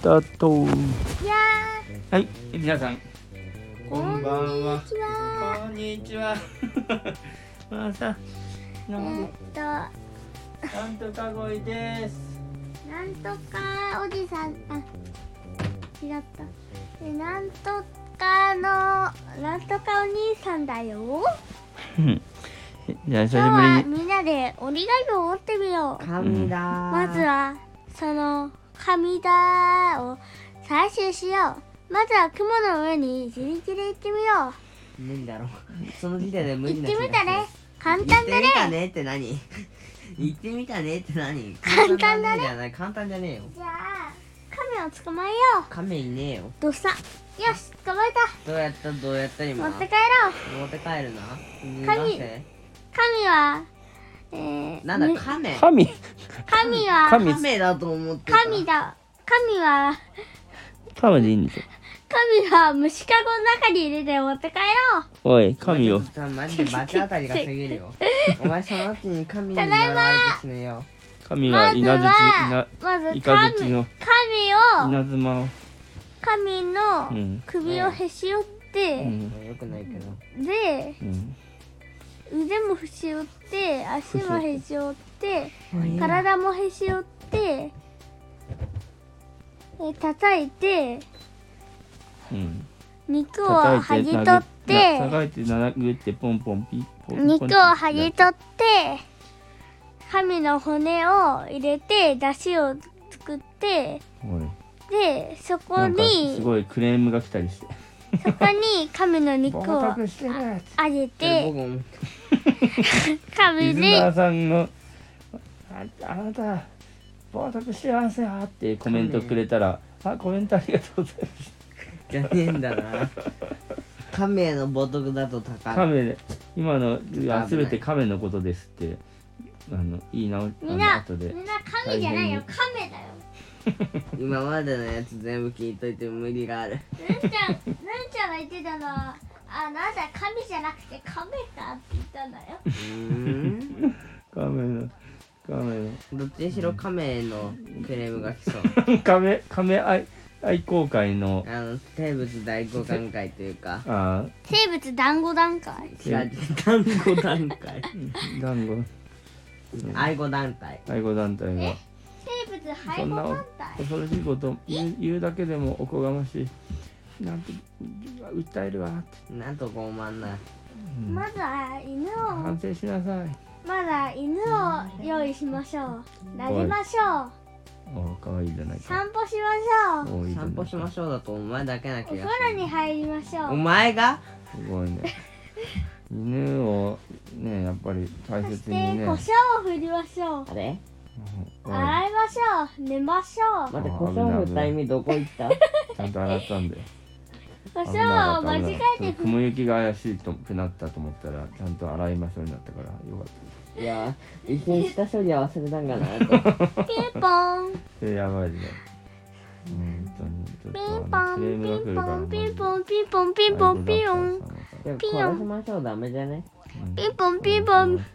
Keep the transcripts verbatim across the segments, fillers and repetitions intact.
タート。 いやはい、皆さんこーんばんは。 こんにちは。 こんにちは。まあさ、 えー、っとななんとかごいです。 んとかおじさん、あ、違った。えなんとかのなんとかお兄さんだよ。 じゃあ久し今日はぶりにみんなで折り紙を折ってみよう。 紙だー。 まずはその紙だを採集しよう。まずは雲の上に自力で行ってみよ無理だろ。その時点で無う。行理なってみたね。簡単行ってだみたね。 ねって何行ってみたねって何簡単だねじゃない。簡単じゃねえよ。 じゃあ亀を捕まえよう。 亀いねえよ。 どうした。よし、捕まえた。 どうやったどうやった今持って帰ろう。 持って帰るな。 神逃がせ神は、えー、 なんだむ亀神神は神亀だと思ってた。 神だ。神は神でいいんでしょ。 神は虫かごの中に入れて持って帰ろう。 おい、神を。 マジで罰当たりが過ぎるよ。お前そのうちに神に習われて死ねよ。 神まずは稲は槌、 まずイカ神ズチの神を稲妻を。 神のうん首をへし折っうて、 ん。 よくないけど。 でうん。 腕もへし折って足もへし折ってもういいや体もへし折ってえ叩いてうん。 肉を剥ぎ取って叩いて殴ってポンポンピッポンポン。 肉を剥ぎ取って神の骨を入れて出汁を作っておい。 でそこなんかすにごいクレームが来たりして。 そこに神の肉を暴虐してる。 あげ僕ても神にリスナーさんのああなた暴虐してますよってコメントくれたら、あ、コメントありがとうございます。 じゃねえんだな。亀の冒涜だと高い。 亀で今のは危ない全て亀のことですってあの言い直あのみんな後でみんな神じゃないよ亀だよ。 今までのやつ全部聞いといて無理がある。 なんちゃんなんちゃんが言ってたのはあなんだ神じゃなくて亀かって言ったんだよ。 うーん。 亀の亀のどっちにしろ亀のクレームが来そう。 亀亀愛愛好会のあの生物大交換会というか、 あ生物団子段階。 違う団子団会、 団子愛護団体。 愛護団体が生物そんな背後団体。 恐ろしいこと言う言うだけでもおこがましいなんて訴えるわって、 なんと傲慢な。 うんまずは犬を反省しなさい。 まだ犬を用意しましょう。撫でましょう。 おかわいいじゃないか。 散歩しましょう。 おいいじゃないか散歩しましょうだとお前だけなお風気がす呂に入りましょる。おう。 前がすごいね。犬をねやっぱり大そし切にね。 て胡椒を振りましょう。 あれおい洗いましょう。寝ましょう。 待って、胡椒振った意味どこ行ったちゃんと洗ったんで。 胡椒を間違えて振雲行きが怪しいとくなったと思ったらちゃんと洗いましょうになったからよかった。 いや、一瞬下処理は忘れたんかなと。 ピンポン。 それやばいね。本当にちょっピとンポンあのクレームが来るからピンポンピンポンピンポンピンポンピンポンでも殺しましょうダメじゃねピンポンピンポン。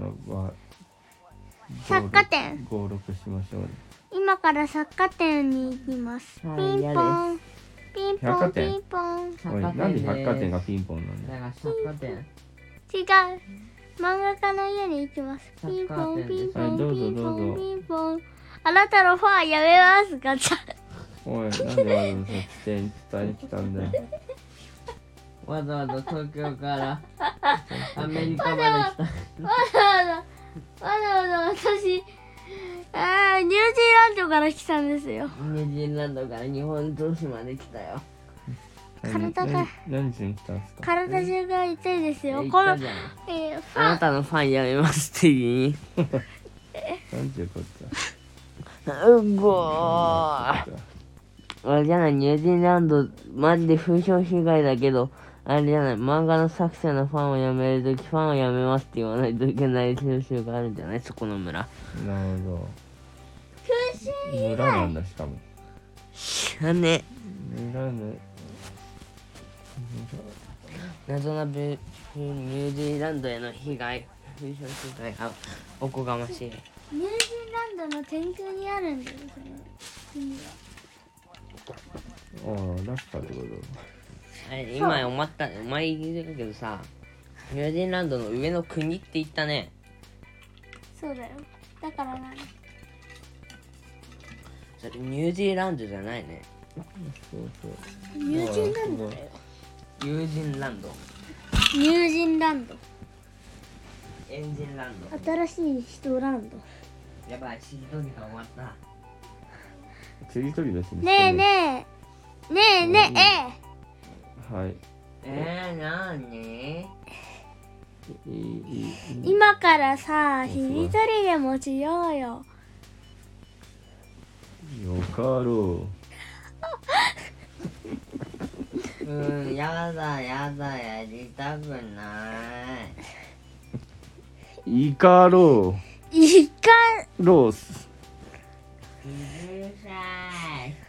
雑貨店。 合録しましょうね。 今から雑貨店に行きます。ピはいンポンピンポンピ百貨店ンポン。 おいなんで百貨店がピンポンなんだよ。 だから百貨店。 違う。漫画家の家に行きます。ピンポンピンポンはいどうぞピンポどうぞンピンポン。あなたのファンやめますガチャ。 おいなんでわざわざそっちに伝えに来たんだよ。 わざわざ東京からアメリカまで来た。 わざわざわざわざ私あーニュージーランドから来たんですよ。 ニュージーランドから日本都市まで来たよ。 体が何何しに来たんですか。 体中が痛いですよ。 言っこのたじゃん。 えー、フあなァンたのファンやめますって言い。 なんていうこっちゃ。 うごー。あれじゃない、ニュージーランドマジで風評被害だけど、あれじゃない、漫画の作者のファンをやめるときファンをやめますって言わないといけない風習があるんじゃない、そこの村。 なるほ風習ど。村なんだしかも。 知らね村の謎なブニュージーランドへの被害、風評被害がおこがましい。 ニュージーランドの天空にあるんだよその国は。 ああラスカってこあれ今思ったお前言ってたけどさ、ニュージーランドの上の国って言ったね。 そうだよ。だから何？ それニュージーランドじゃないね。 と。そうそう。 ニュージーランドだよ。 ニュージーランド。 ニュージーランド。 エンジンランド。 新しい人ランド。 やばい、しりとりが終わった。 ちりとりだしねえねえ。ねえねえ。 はい。 えー、なーにいいいい今からさ、しりとりでもしようよ。 よかろうーん、やだやだ、やりたくない。 う。イカロイカ、 ー。ロース。 うるさい。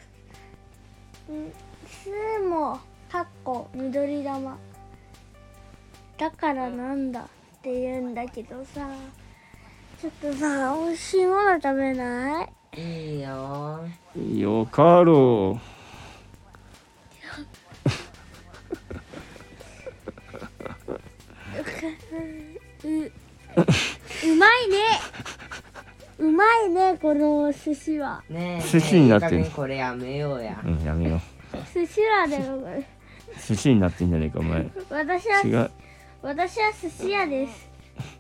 スも、かっこ、緑玉。だからなんだって言うんだけどさ、ちょっとさ、美味しいもの食べない？ いいよ。 よかろう、うまいね。うまいね、この寿司は。 ねえ、 寿司になってるねえいい加減これやめようや。 う。うん、やめよ寿司はだよ、これ。 う。寿司になってんじゃねえか、お前。 私違は、 う。 私は寿司屋です。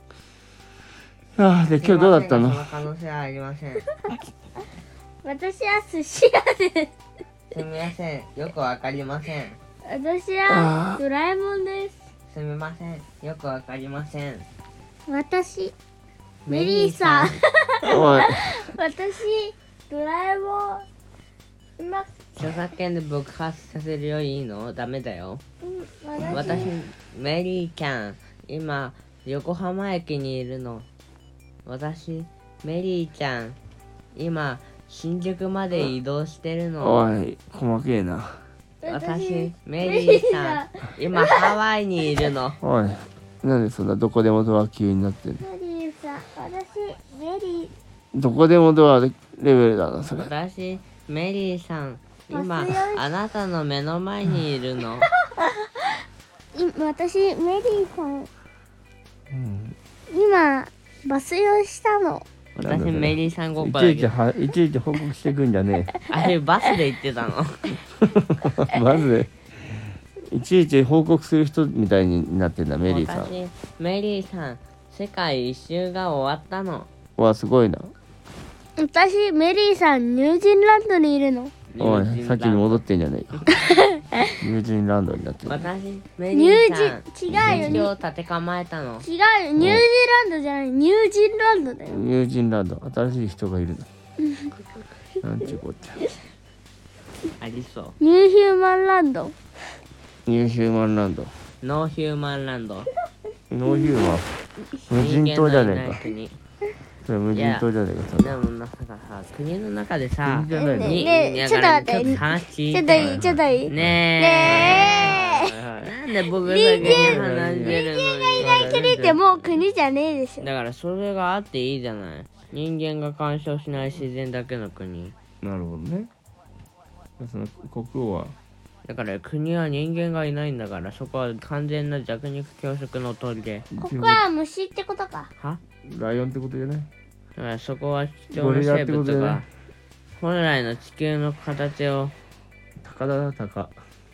ああ、で、今日どうだったの？ すいませんがその可能性はありません。 私は寿司屋です。 すみません、よくわかりません。 私はドラえもんです。 すみません、よくわかりません。 私、メリーさん。 おい。 私、ドラえもん。今、 著作権で爆発させるよりいいの？ダメだよ。 私、 私、メリーちゃん、今、横浜駅にいるの。私、メリーちゃん、今、新宿まで移動してるの。 おい、細けえな。 私、メリーさん、今、ハワイにいるの。 おい、なんでそんなどこでもドア級になってんの？ メリーさん、私、メリどこでもドアレベルだな、それ。 私、メリーさん、今バスよし、 あなたの目の前にいるの。 ー、い私、メリーさん、 うん。 今、バス酔いしたの。 私、メリーさんごっいこだけど。 ちいちはいちいち報告してくんじゃねあれ、バスで行ってたの。 え。まず、いちいち報告する人みたいになってんだ、メリーさん。 私、メリーさん、世界一周が終わったの。 わ、すごいな。 私、メリーさん、ニュージーランドにいるの。 おい、さっきに戻ってんじゃねえか。ニュージーランドになってる。 私、メニュリーさん、 ージ、違うよ、 敵を立て構えたの。 違うよ、ニュージーランドじゃない、ニュージーランドだよ。 ニュージーランド、新しい人がいるの。なんちゅうこっちゃ。 ありそニューヒューマンランド。 ニューヒューマンランド。 う。ノーヒューマンランド。 ノーヒューマン。無人島じゃねえか。 人間のいないそれ無人島じゃねえか。 国でもなんかさ、国の中でさ、 国じゃないのにねえだちょっと待ってからちょっと話聞いてちょっといい、ちょっといい。 ねねえ。 え。なんで僕だけに話してるのに。 いない国ってもう国じゃねえでしょ。 だからそれがあっていいじゃない。人間が干渉しない自然だけの国。 なるほどね。その国王はだから国は人間がいないんだから、そこは完全な弱肉強食の砦。 ここは虫ってことか。 はライオンってことじゃない？ だからそこは貴重な生物が本来の地球の形を高田だ高。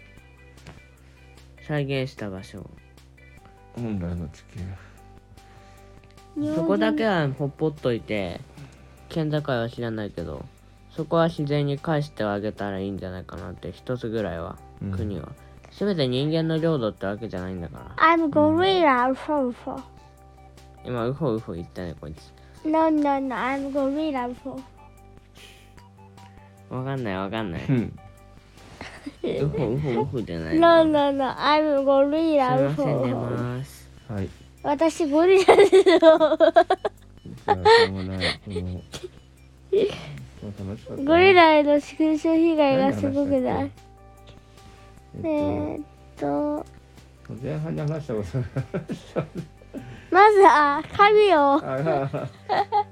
再現した場所。 本来の地球。 そこだけはほっぽっといて、県境は知らないけど、そこは自然に返してあげたらいいんじゃないかなって、一つぐらいは、 うん国は。すべて人間の領土ってわけじゃないんだから。 I'm gorilla, ufo, ufo. 今、ウホウホ言ったね、こいつ。 No, no, no, I'm gorilla, ufo. わかんないわかんない。 うん。 ウホウホウホじゃないの。 No, no, no, I'm すい gorilla, ません、出 ufo. ます。 はい。 私ゴリラですよ。 じゃあ、しょうもない。このもう楽しかったねゴリラへの縮小被害がすごくない。 えっえーっと、 と、前半に話したことまずは髪をああ。オッケーオッ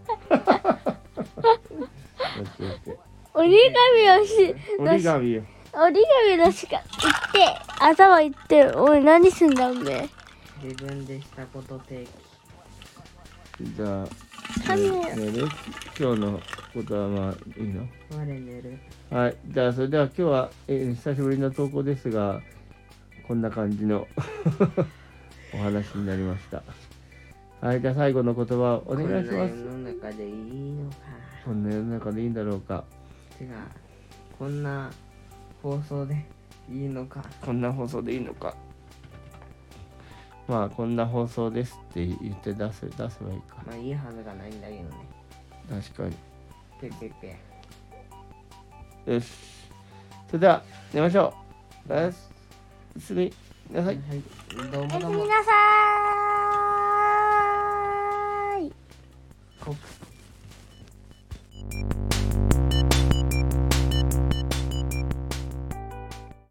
ケー折り紙をし、 折り紙折り紙のしか言って頭言っておい何すんだおめえ。 自分でしたこと定期。 じゃあ神よねね今日のことはまあいいの。 我寝る。 はい、じゃあそれでは今日は、えー久しぶりの投稿ですがこんな感じのお話になりました。はい、じゃあ最後の言葉をお願いします。 こんな世の中でいいのか。 こんな世の中でいいんだろうか。 違う。こんな放送でいいのか。 こんな放送でいいのか。まあこんな放送ですって言って出せ出せばいいか。 まあいいはずがないんだけどね。 確かに。 ペペペ。 よし。それでは寝ましょう。よし。すみなさい。 はい。どうおやもどうも。 すみなさーい。 コックス